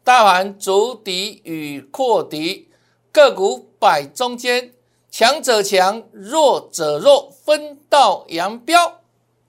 大盘筑底与扩底，个股摆中间，强者强，弱者弱，分道扬镳。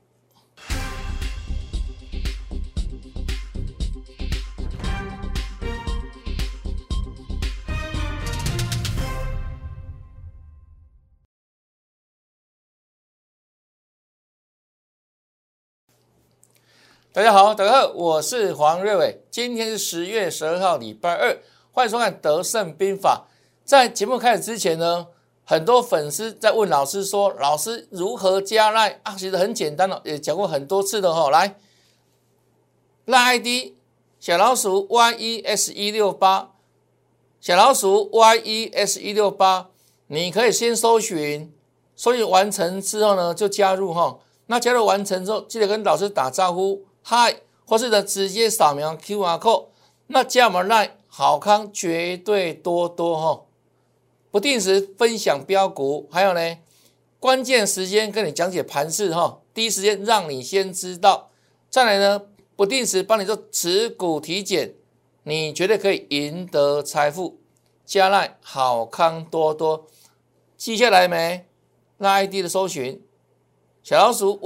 大家好，我是黄瑞伟，今天是10月12号，礼拜二，欢迎收看《德胜兵法》。在节目开始之前呢，很多粉丝在问老师说，老师如何加赖啊？其实很简单也讲过很多次的来赖 ID 小老鼠 YES168， 小老鼠 YES168， 你可以先搜寻完成之后呢，就加入那加入完成之后，记得跟老师打招呼。嗨，或是呢直接扫描 QR code， 那加我们 LINE 好康绝对多不定时分享标股，还有呢关键时间跟你讲解盘势第一时间让你先知道。再来呢不定时帮你做持股体检，你绝对可以赢得财富。加 LINE 好康多，记下来没？那 ID 的搜寻小老鼠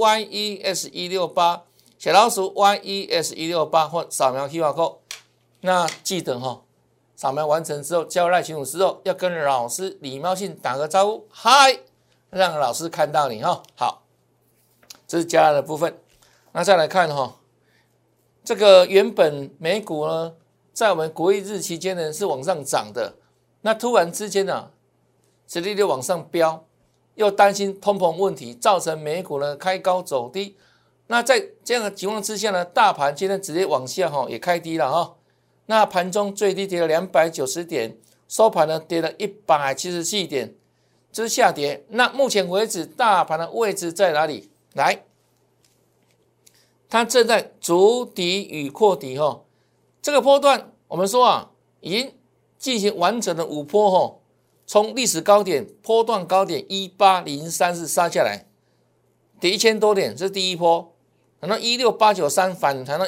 YES168。小老鼠 YES168 或扫描 QR code， 那记得扫描完成之后，加入赖群组之后，要跟老师礼貌性打个招呼，嗨，让老师看到你好，这是加赖的部分。那再来看这个原本美股呢，在我们国历日期间呢是往上涨的，那突然之间殖利率往上飙，又担心通膨问题，造成美股呢开高走低。那在这样的情况之下呢，大盘今天直接往下也开低了那盘中最低跌了290点，收盘呢跌了177点，这是下跌。那目前为止大盘的位置在哪里？来，它正在筑底与扩底这个波段我们说已经进行完整的5波从历史高点波段高点18034杀下来，跌1000多点，这是第一波。然后16893反弹到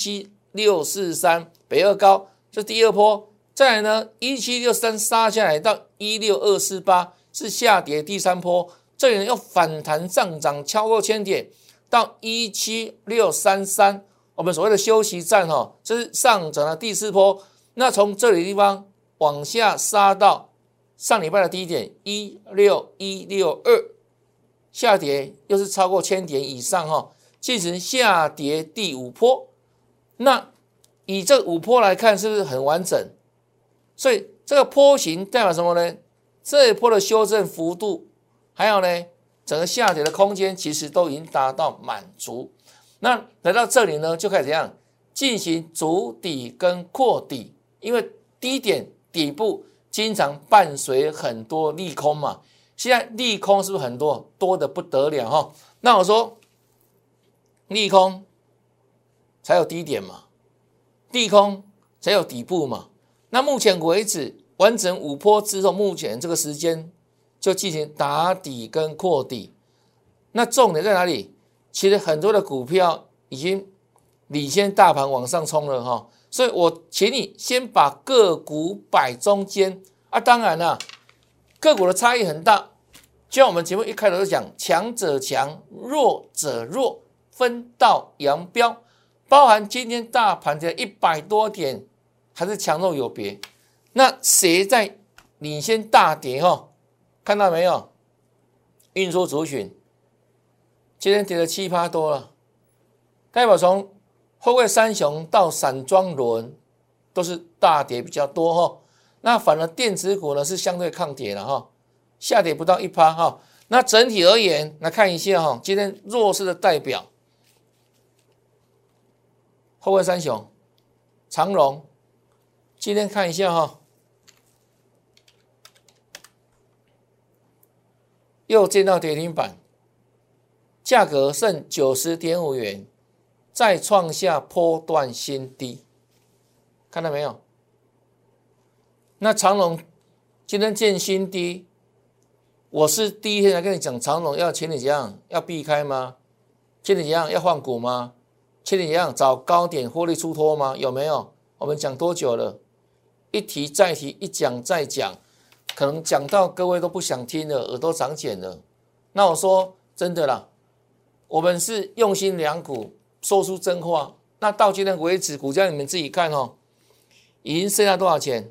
17643北二高，这是第二波。再来呢17643杀下来到16248，是下跌第三波。这里呢又反弹上涨超过1000点到17633，我们所谓的休息站这是上涨的第四波。那从这里的地方往下杀到上礼拜的低点16162，下跌又是超过1000点以上进行下跌第5波。那以这5波来看，是不是很完整？所以这个波形代表什么呢？这一波的修正幅度，还有呢整个下跌的空间，其实都已经达到满足。那来到这里呢，就开始怎样进行筑底跟扩底，因为低点底部经常伴随很多利空嘛。现在利空是不是很多？多的不得了那我说利空才有低点嘛，利空才有底部嘛。那目前为止完整5波之后，目前这个时间就进行打底跟扩底。那重点在哪里？其实很多的股票已经领先大盘往上冲了所以我请你先把个股摆中间当然啦个股的差异很大，就像我们节目一开头就讲，强者强，弱者弱，分道扬镳。包含今天大盘的100多点，还是强弱有别。那谁在领先大跌看到没有？运输族群今天跌了7%多了，代表从货柜三雄到散装轮都是大跌比较多那反而电子股呢是相对抗跌了下跌不到1%那整体而言来看一下今天弱势的代表，货柜三雄长荣，今天看一下又见到跌停板，价格剩90.5元，再创下波段新低，看到没有？那长荣今天见新低，我是第一天来跟你讲长荣要请你怎样，要避开吗？请你怎样要换股吗？请你怎样找高点获利出脱吗？有没有？ 我们讲多久了？一提再提，一讲再讲，可能讲到各位都不想听了，耳朵长茧了。那我说真的啦，我们是用心良苦，说出真话。那到今天为止，股价你们自己看哦，已经剩下多少钱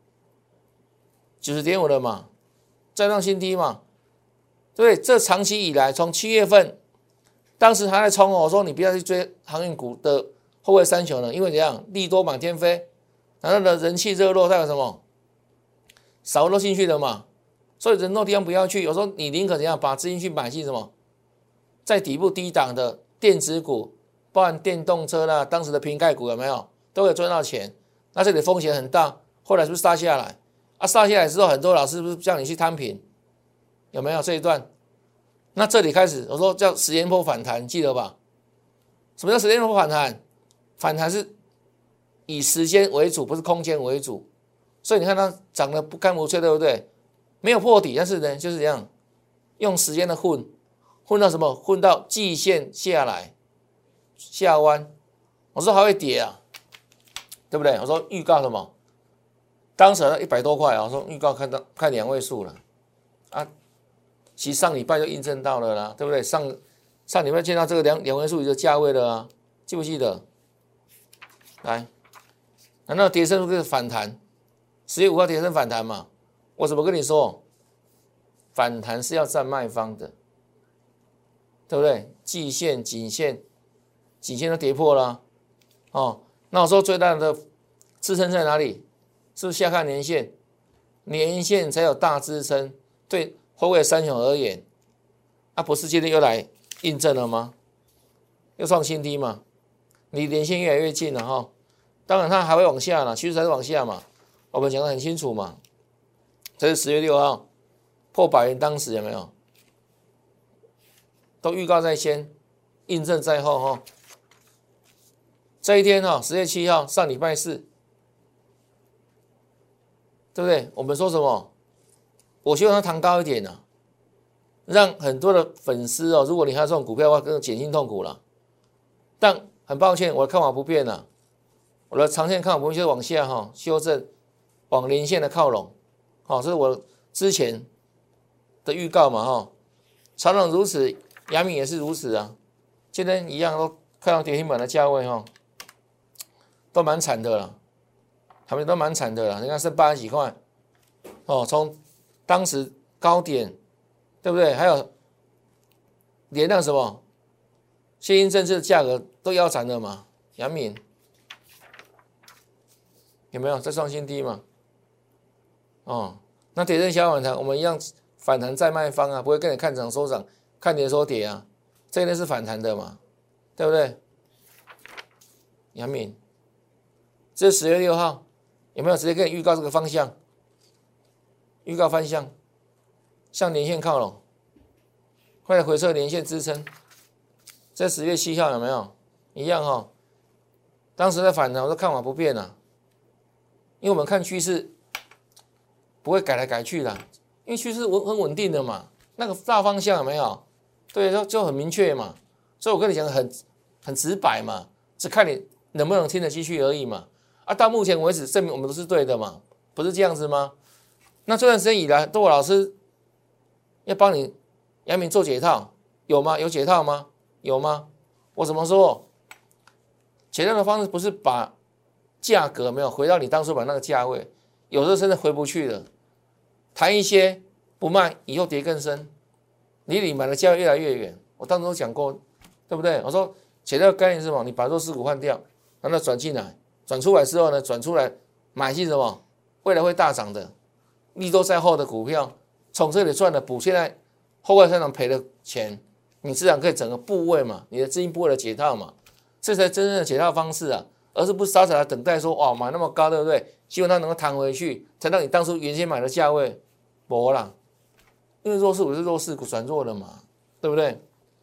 ？90.5了嘛，再创新低嘛。对，这长期以来，从7月份，当时还在冲我说你不要去追航运股的后卫三雄了，因为怎样，利多满天飞，然后的人气热络，代表什么？少人都进去了嘛，所以人多地方不要去。有时候你宁可怎样，把资金去买进什么，在底部低档的电子股，包含电动车啦，当时的瓶盖股有没有，都可以赚到钱。那这里风险很大，后来是不是杀下来？啊，杀下来之后，很多老师是不是叫你去摊平？有没有这一段？那这里开始，我说叫时间波反弹，记得吧？什么叫时间波反弹？反弹是以时间为主，不是空间为主。所以你看它涨得不干不脆，对不对？没有破底，但是呢，就是这样，用时间的混到什么？混到季线下来，下弯。我说还会跌啊，对不对？我说预告什么？当时100多块啊，我说预告看2位数了啊。其实上礼拜就印证到了啦，对不对？上礼拜见到这个两位数的价位了啊，记不记得？来，难道跌升是反弹？10月5号跌升反弹嘛？我怎么跟你说？反弹是要占卖方的，对不对？季线、颈线都跌破了哦。那我说最大的支撑在哪里？是不是下看年线？年线才有大支撑，对。后卫三雄而言，啊，不是今天又来印证了吗？又创新低嘛，离连线越来越近了哈。当然它还会往下了，趋势还是往下嘛。我们讲得很清楚嘛。这是10月6号破100元，当时有没有？都预告在先，印证在后哈。这一天哈，10月7号上礼拜四，对不对？我们说什么？我希望它弹高一点啊，让很多的粉丝哦，如果你还有这种股票的话，更减轻痛苦了。但很抱歉，我的看法不变了，我的长线看法不变，就是往下哈修正，往连线的靠拢。好，这是我之前的预告嘛哈。长荣如此，阳明也是如此啊。今天一样都看到跌停板的价位哈，都蛮惨的了，他们都蛮惨的了。你看剩80几块哦，从当时高点，对不对？还有连那什么，谢金政治的价格都腰斩了嘛？阳明有没有再创新低嘛？哦，那跌升小反弹，我们一样反弹再卖方啊，不会跟你看涨收涨，看跌收跌啊，这一类是反弹的嘛，对不对？阳明，这是10月6号，有没有直接跟你预告这个方向？预告方向向连线靠拢，快来回测连线支撑。这10月7号有没有一样哈、哦？当时的反弹我都看法不变了，因为我们看趋势不会改来改去的，因为趋势很稳定的嘛，那个大方向有没有？对，就很明确嘛。所以我跟你讲很直白嘛，只看你能不能听得进去而已嘛。啊，到目前为止证明我们都是对的嘛，不是这样子吗？那这段时间以来，都有老师要帮你阳明做解套，有吗？有解套吗？有吗？我怎么说？解套的方式不是把价格没有回到你当初买那个价位，有时候真的回不去了。谈一些不卖，以后跌更深，离你买的价位越来越远。我当时都讲过，对不对？我说解套的概念是什么？你把弱势股换掉，让它转进来，转出来之后呢，转出来买进什么？未来会大涨的。利多在后的股票，从这里赚的补，现在后外市场赔的钱，你自然可以整个部位嘛，你的资金部位的解套嘛，这才真正的解套方式啊，而是不是傻傻的等待说哇买那么高，对不对？希望它能够弹回去，才到你当初原先买的价位，没啦，因为弱势股是弱势股转弱了嘛，对不对？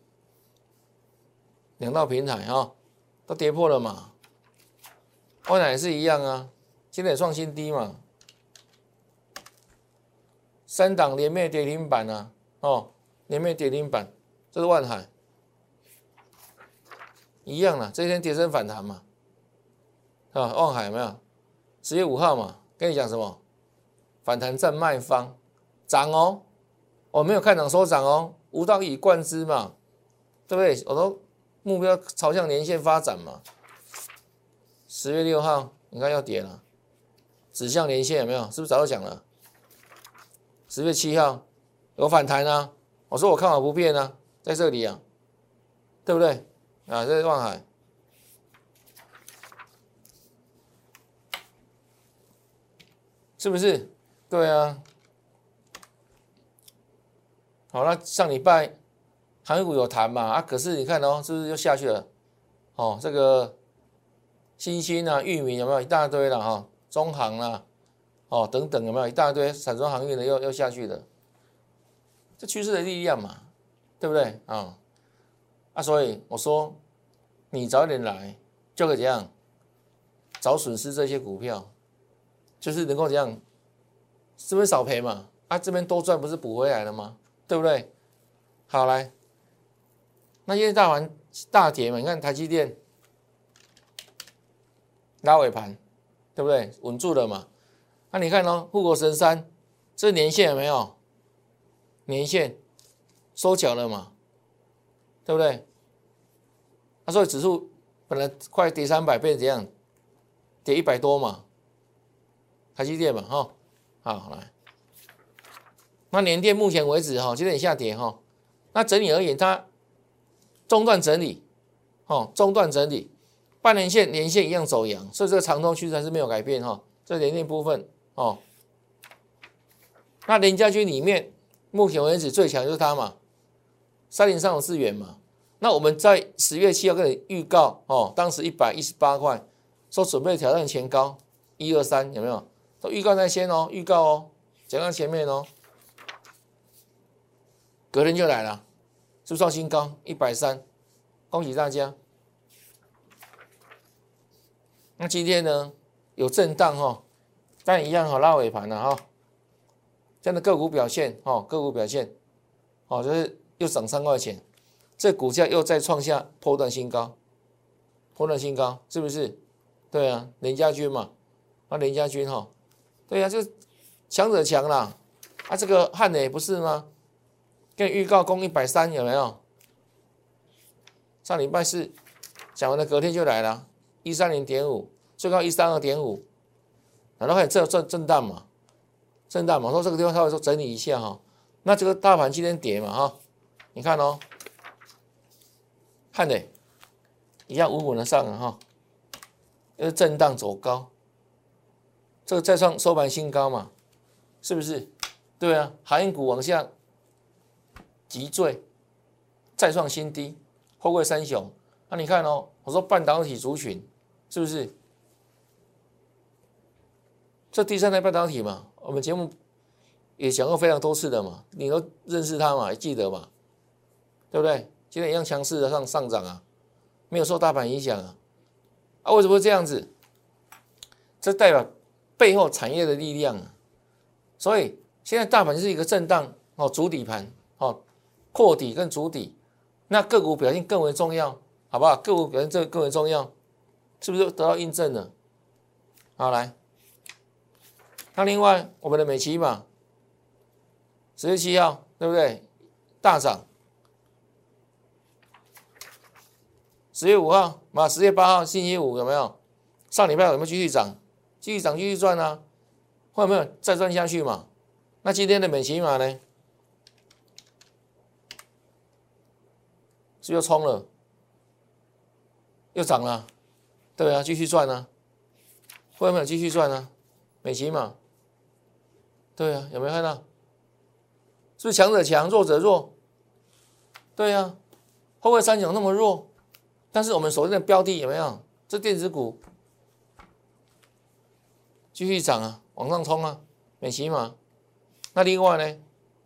两道平台哈、都跌破了嘛，万海也是一样啊，今天也创新低嘛。3档连袂跌停板啊，哦，连袂跌停板，这是万海，一样啦，这一天跌升反弹嘛， 啊，望海有没有？10月5号嘛，跟你讲什么？反弹正卖方涨哦，我没有看涨收涨哦，无道一以贯之嘛，对不对？我都目标朝向年线发展嘛。10月6号，你看要跌了，指向年线有没有？是不是早就讲了？10月7号有反弹啊，我说我看好不变啊，在这里啊，对不对？啊，这是望海，是不是？对啊。好，那上礼拜航运股有谈嘛？啊，可是你看哦，是不是又下去了？哦，这个新兴啊、裕民有没有一大堆了哈？中航啦，哦等等有没有一大堆散装航运的又下去了？这趋势的力量嘛，对不对啊？所以我说你早一点来就可以怎样早损失这些股票，就是能够怎样，这边少赔嘛，这边多赚不是补回来了吗？对不对？好来，那现在大盘大跌嘛，你看台积电拉尾盘，对不对？稳住了嘛？那你看哦，护国神山这年线有没有？年线收脚了嘛？对不对？所以指数本来快跌300，变成怎样？跌100多嘛？台积电嘛，哈，好来。那联电目前为止哈，今天也下跌哈。那整体而言，它中段整理，中段整理，半年线、年线一样走阳，所以这个长中趋势还是没有改变哈。这联电部分哦，那联家军里面，目前为止最强就是它嘛，3034元嘛。那我们在10月7号跟你预告哦，当时118块，说准备挑战前高123，有没有？都预告在先哦，预告哦，讲到前面哦。隔天就来了，是不是创新高130？恭喜大家。那今天呢有震荡哈，但一样哈拉尾盘了哈。这样的个股表现个股表现就是又涨3块钱，这股价又再创下波段新高，波段新高是不是？对啊，联家军嘛，联家军对啊，就强者强啦，这个汉磊不是吗？跟你预告攻130有没有？上礼拜四讲完了，隔天就来了130.5，最高132.5，然后开始震荡嘛，震荡嘛，说这个地方稍微说整理一下哈。那这个大盘今天跌嘛哈，你看哦，汉磊一样稳稳的上了哈，又是震荡走高，这个再创收盘新高嘛，是不是？对啊，航运股往下急坠，再创新低，货柜三雄。那你看哦，我说半导体族群是不是？这第三代半导体嘛，我们节目也讲过非常多次的嘛，你都认识它嘛，也记得嘛，对不对？今天一样强势的上涨啊，没有受大盘影响啊。为什么会这样子？这代表背后产业的力量啊。所以现在大盘是一个震荡主底盘扩底跟筑底，那个股表现更为重要，好不好？个股表现这个更为重要，是不是得到印证了？好，来，那另外我们的美琪嘛，10月7号对不对？大涨。10月5号10月8号星期五有没有？上礼拜有没有继续涨？继续涨，继续赚啊？会有没有再赚下去嘛？那今天的美琪嘛呢？是又冲了，又涨了，对啊，继续赚啊，会没有继续赚啊？美琪嘛，对啊，有没有看到？是不是强者强，弱者弱？对啊，后卫三雄那么弱，但是我们手上的标的有没有？这电子股继续涨啊，往上冲啊，美琪嘛。那另外呢，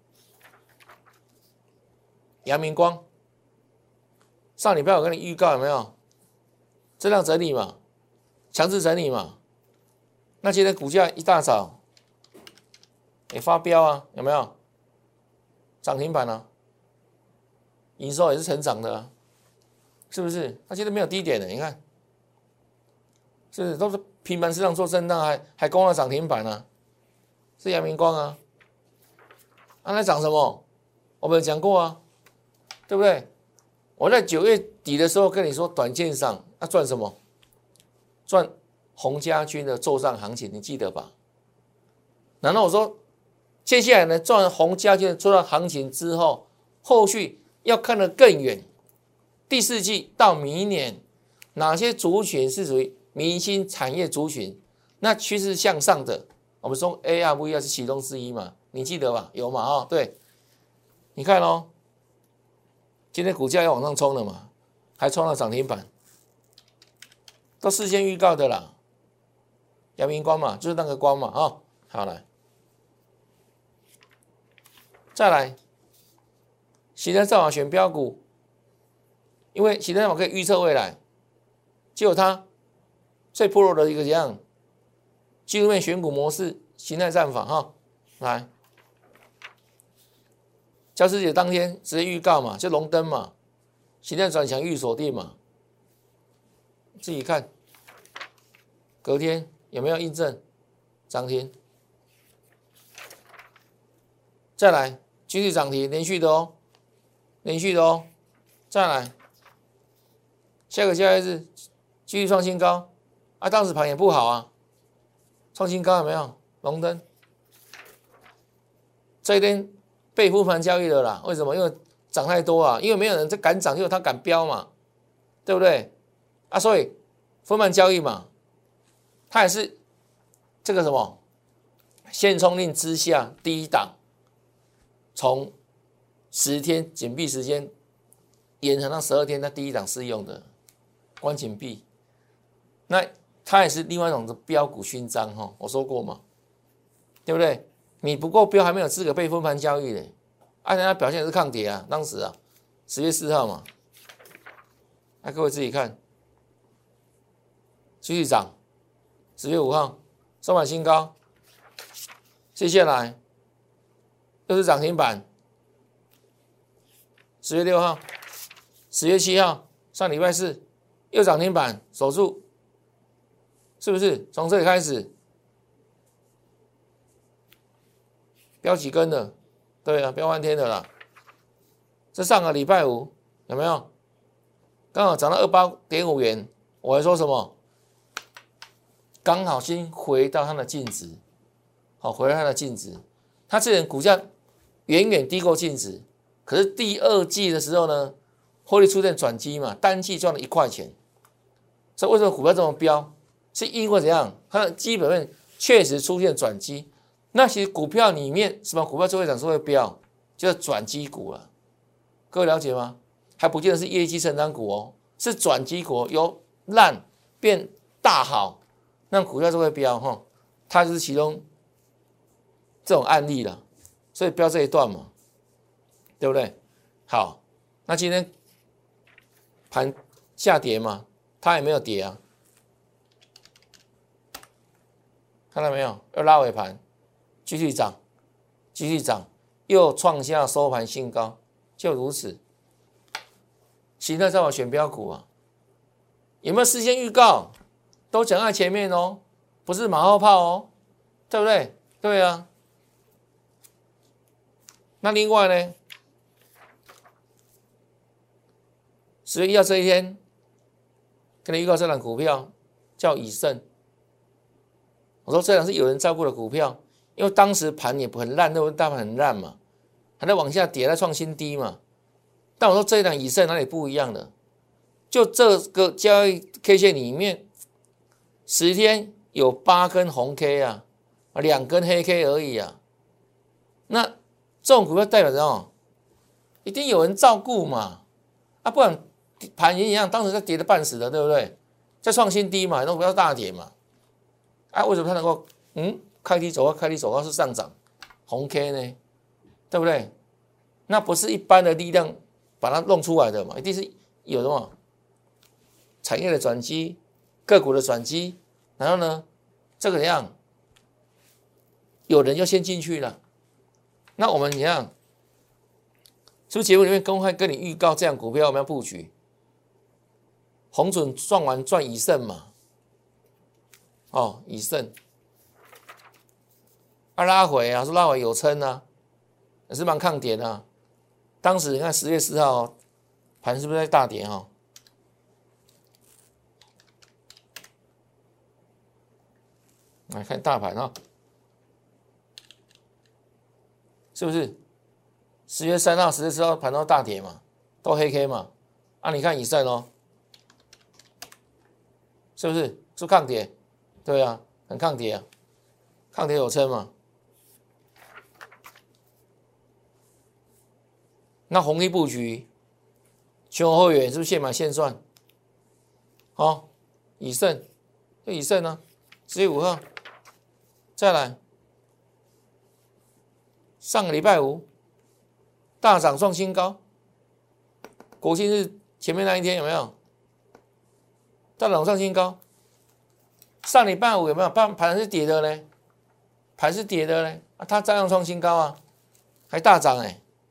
阳明光。上礼拜我跟你预告有没有？震荡整理嘛，强制整理嘛。那今天股价一大早也发飙啊，有没有？涨停板啊，营收也是成长的啊，是不是？那今天没有低点的，你看是都是平盘市场做震荡，还攻了涨停板啊，是阳明光啊，那涨什么？我们有讲过啊，对不对？我在9月底的时候跟你说，短线上要赚什么？赚洪家军的做账行情，你记得吧？然后我说，接下来呢，赚洪家军的做账行情之后，后续要看得更远，第4季到明年，哪些族群是属于明星产业族群？那趋势向上的，我们说 AR、VR 是其中之一嘛？你记得吧？有嘛？哦，对，你看哦，今天股价要往上冲了嘛，还冲了涨停板，都事先预告的啦。阳明光嘛，就是那个光嘛，哦，好来，再来，形态战法选标股，因为形态战法可以预测未来，只有它最 pro 的一个怎样技术面选股模式，形态战法哈，来，教师节当天直接预告嘛，就龙灯嘛，形态转强预锁定嘛，自己看，隔天有没有印证涨停？再来继续涨停，连续的哦，连续的哦，再来，下个交易日继续创新高啊！当时盘也不好啊，创新高有没有？龙灯这一天被复盘交易了啦，为什么？因为涨太多啊，因为没有人在敢涨，就他敢飙嘛，对不对？啊，所以复盘交易嘛，它也是这个什么限冲令之下第一档，从10天紧闭时间延长到12天，它第一档适用的关紧闭，那它也是另外一种的标股勋章哈，我说过嘛，对不对？你不够标还没有资格被分盘交易嘞，人家表现也是抗跌啊，当时啊10月4号嘛，各位自己看，继续涨，10月5号收盘新高，接下来又是涨停板，10月6号、10月7号上礼拜四又涨停板守住，是不是？从这里开始飙几根了？对啊，飙翻天的啦！这上个礼拜五有没有？刚好涨到28.5元，我还说什么？刚好先回到它的净值，好，回到它的净值。它这人股价远远低过净值，可是第2季的时候呢，获利出现转机嘛，单季赚了1块钱。所以为什么股票这么飙？是因为怎样？它的基本面确实出现转机。那其实股票里面什么股票最会涨是会飙，就是转机股了。各位了解吗？还不见得是业绩成长股哦，是转机股，由烂变大好，那股票就会飙哈。它就是其中这种案例了，所以飙这一段嘛，对不对？好，那今天盘下跌嘛，它也没有跌啊，看到没有？又拉尾盘。继续涨，继续涨，又创下收盘新高，就如此。形态战法选标股啊，有没有事先预告？都讲在前面哦，不是马后炮哦，对不对？对啊。那另外呢，10月1号这一天，跟你预告这档股票叫以盛，我说这档是有人照顾的股票。因为当时盘也很烂，那大盘很烂嘛，还在往下跌，在创新低嘛。但我说这一档以盛哪里不一样的？就这个交易 K 线里面，10天有8根红 K 啊，2根黑 K 而已啊。那这种股票代表着哦，一定有人照顾嘛，不然盘也一样，当时在跌得半死的，对不对？在创新低嘛，那不要大跌嘛。为什么它能够开低走高，开低走高是上涨，红 K 呢，对不对？那不是一般的力量把它弄出来的嘛，一定是有什么产业的转机、个股的转机，然后呢，这个怎样，有人就先进去了。那我们怎样？是不是节目里面公开跟你预告这样股票我们要布局？红准赚完赚以盛嘛， 哦，以盛拉回啊，说拉回有撑啊，也是蛮抗跌的啊。当时你看10月4号盘是不是在大跌哈？来看大盘啊，是不是10月3号、10月4号盘都大跌嘛，都黑 K 嘛？啊，你看以盛哦，是不是抗跌？对啊，很抗跌啊，抗跌有撑嘛。那红 K 布局，全国会员是不是现买现赚？好，以盛就以盛呢，10月5号，再来，上个礼拜五大涨创新高，国庆日前面那一天有没有大涨创新高？上礼拜五有没有盘是跌的呢？盘是跌的呢，啊，它照样创新高啊，还大涨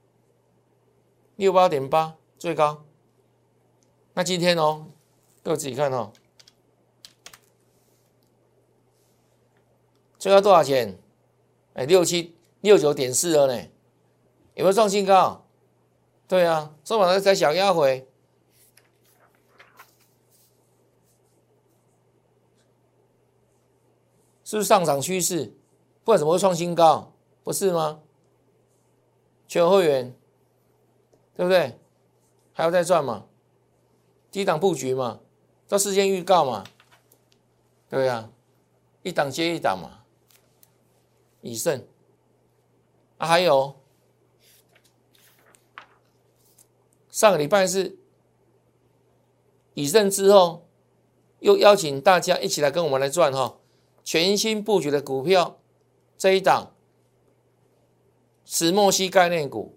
68.8最高。那今天哦，各位自己看哦，最高多少钱？69.4了呢，有没有创新高？对啊，收盘才小压回，是不是上涨趋势？不然怎么会创新高？不是吗？全国会员，对不对？还要再赚嘛？低档布局嘛，都事先预告嘛，对啊，一档接一档嘛，以盛啊，还有上个礼拜是以盛之后，又邀请大家一起来跟我们来赚哈，全新布局的股票这一档石墨烯概念股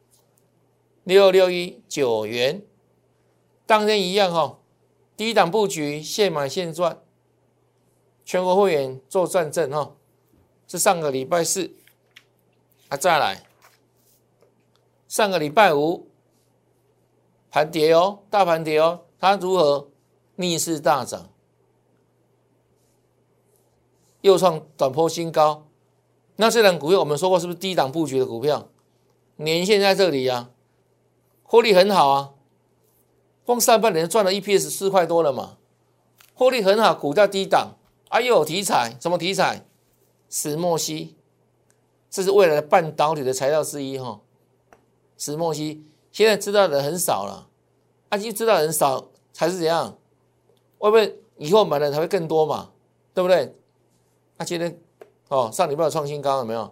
6661 9元，当天一样哈，低档布局现买现赚，全国会员做转正哈，是上个礼拜四啊，再来上个礼拜五盘跌哦，大盘跌哦，它如何逆势大涨，又创短波新高。那这档股票我们说过是不是低档布局的股票？年线在这里啊，获利很好啊，光上半年赚了 EPS 4块多了嘛，获利很好，股价低档啊，又有题材，什么题材？石墨烯，这是未来的半导体的材料之一哈。石墨烯现在知道的人很少了，啊，就知道的人少才是怎样？会不会以后买的才会更多嘛？对不对？那今天哦，上礼拜有创新高有没有？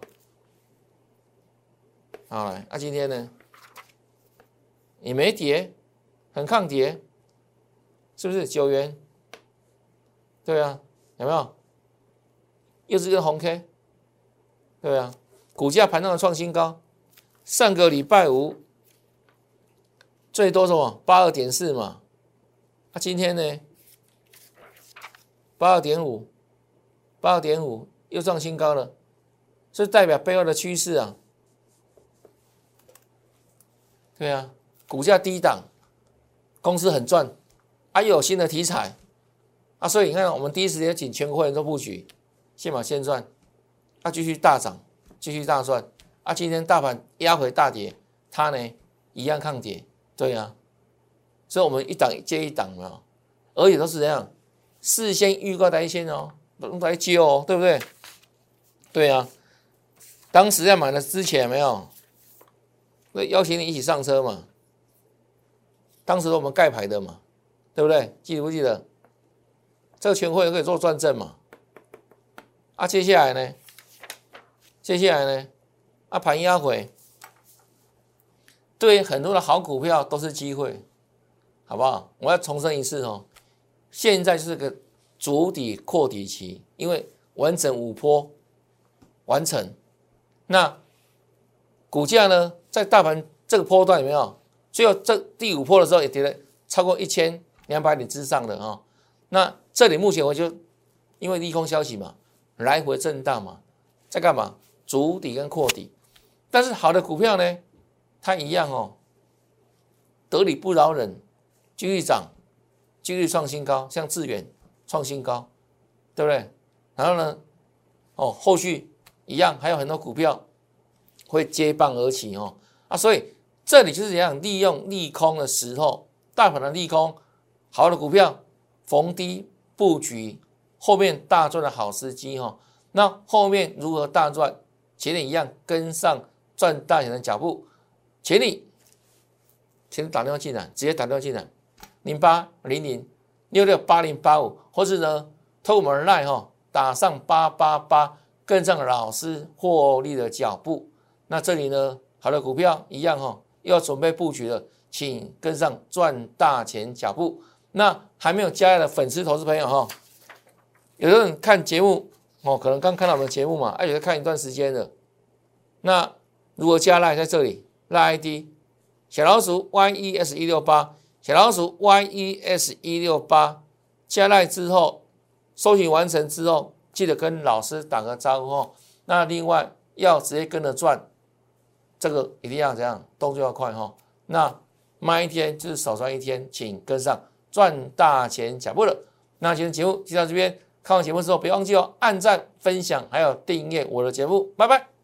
好来，那今天呢？也没跌，很抗跌，是不是9元？对啊，有没有？又是根红 K， 对啊，股价盘中的创新高，上个礼拜五最多什么82.4嘛，那今天呢？82.5又创新高了，这代表背后的趋势啊。对啊，股价低档，公司很赚，啊又有新的题材，啊所以你看我们第一时间请全国会员做布局，现买现赚，啊继续大涨，继续大赚，啊今天大盘压回大跌，它呢一样抗跌，对啊，所以我们一档接一档嘛，而且都是这样，事先预告在先哦，都来接哦，对不对？对啊，当时在买的之前有没有？那邀请你一起上车嘛，当时我们盖牌的嘛，对不对？记不记得？这个全会员可以做转正嘛？啊，接下来呢？啊，盘压回，对很多的好股票都是机会，好不好？我要重申一次哦，现在就是个筑底扩底期，因为完整5波完成，那股价呢，在大盘这个波段有没有？最后这第5波的时候也跌了超过1200点之上的哦。那这里目前我就因为利空消息嘛，来回震荡嘛，在干嘛？筑底跟扩底。但是好的股票呢，它一样哦，得理不饶人，继续涨，继续创新高，像智原创新高，对不对？ 然后呢，后续一样还有很多股票会接棒而起所以这里就是这样利用利空的时候，大盘的利空，好的股票逢低布局，后面大赚的好时机那后面如何大赚？请你一样跟上赚大钱的脚步，请你打电话进来，直接打电话进来，0800668085，或是呢，透过我们的 LINE 打上888，跟上老师获利的脚步。那这里呢，好的股票一样又要准备布局了，请跟上赚大钱脚步。那还没有加入的粉丝投资朋友有的人看节目可能刚看到我们的节目嘛，有的看一段时间了。那如果加 LINE 在这里 ，LINE ID 小老鼠 YES168， 小老鼠 YES168， 加 LINE 之后，搜寻完成之后，记得跟老师打个招呼那另外要直接跟着赚，这个一定要怎样，动作要快那慢一天就是少赚一天，请跟上赚大钱脚步了。那今天节目就到这边，看完节目之后别忘记按赞、分享还有订阅我的节目，拜拜。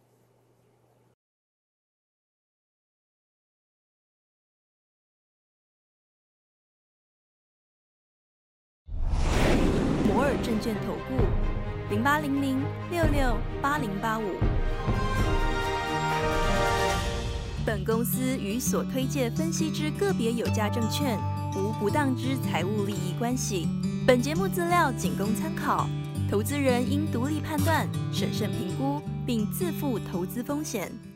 摩尔证券投顾0800668085。本公司与所推介分析之个别有价证券无不当之财务利益关系。本节目资料仅供参考，投资人应独立判断、审慎评估，并自负投资风险。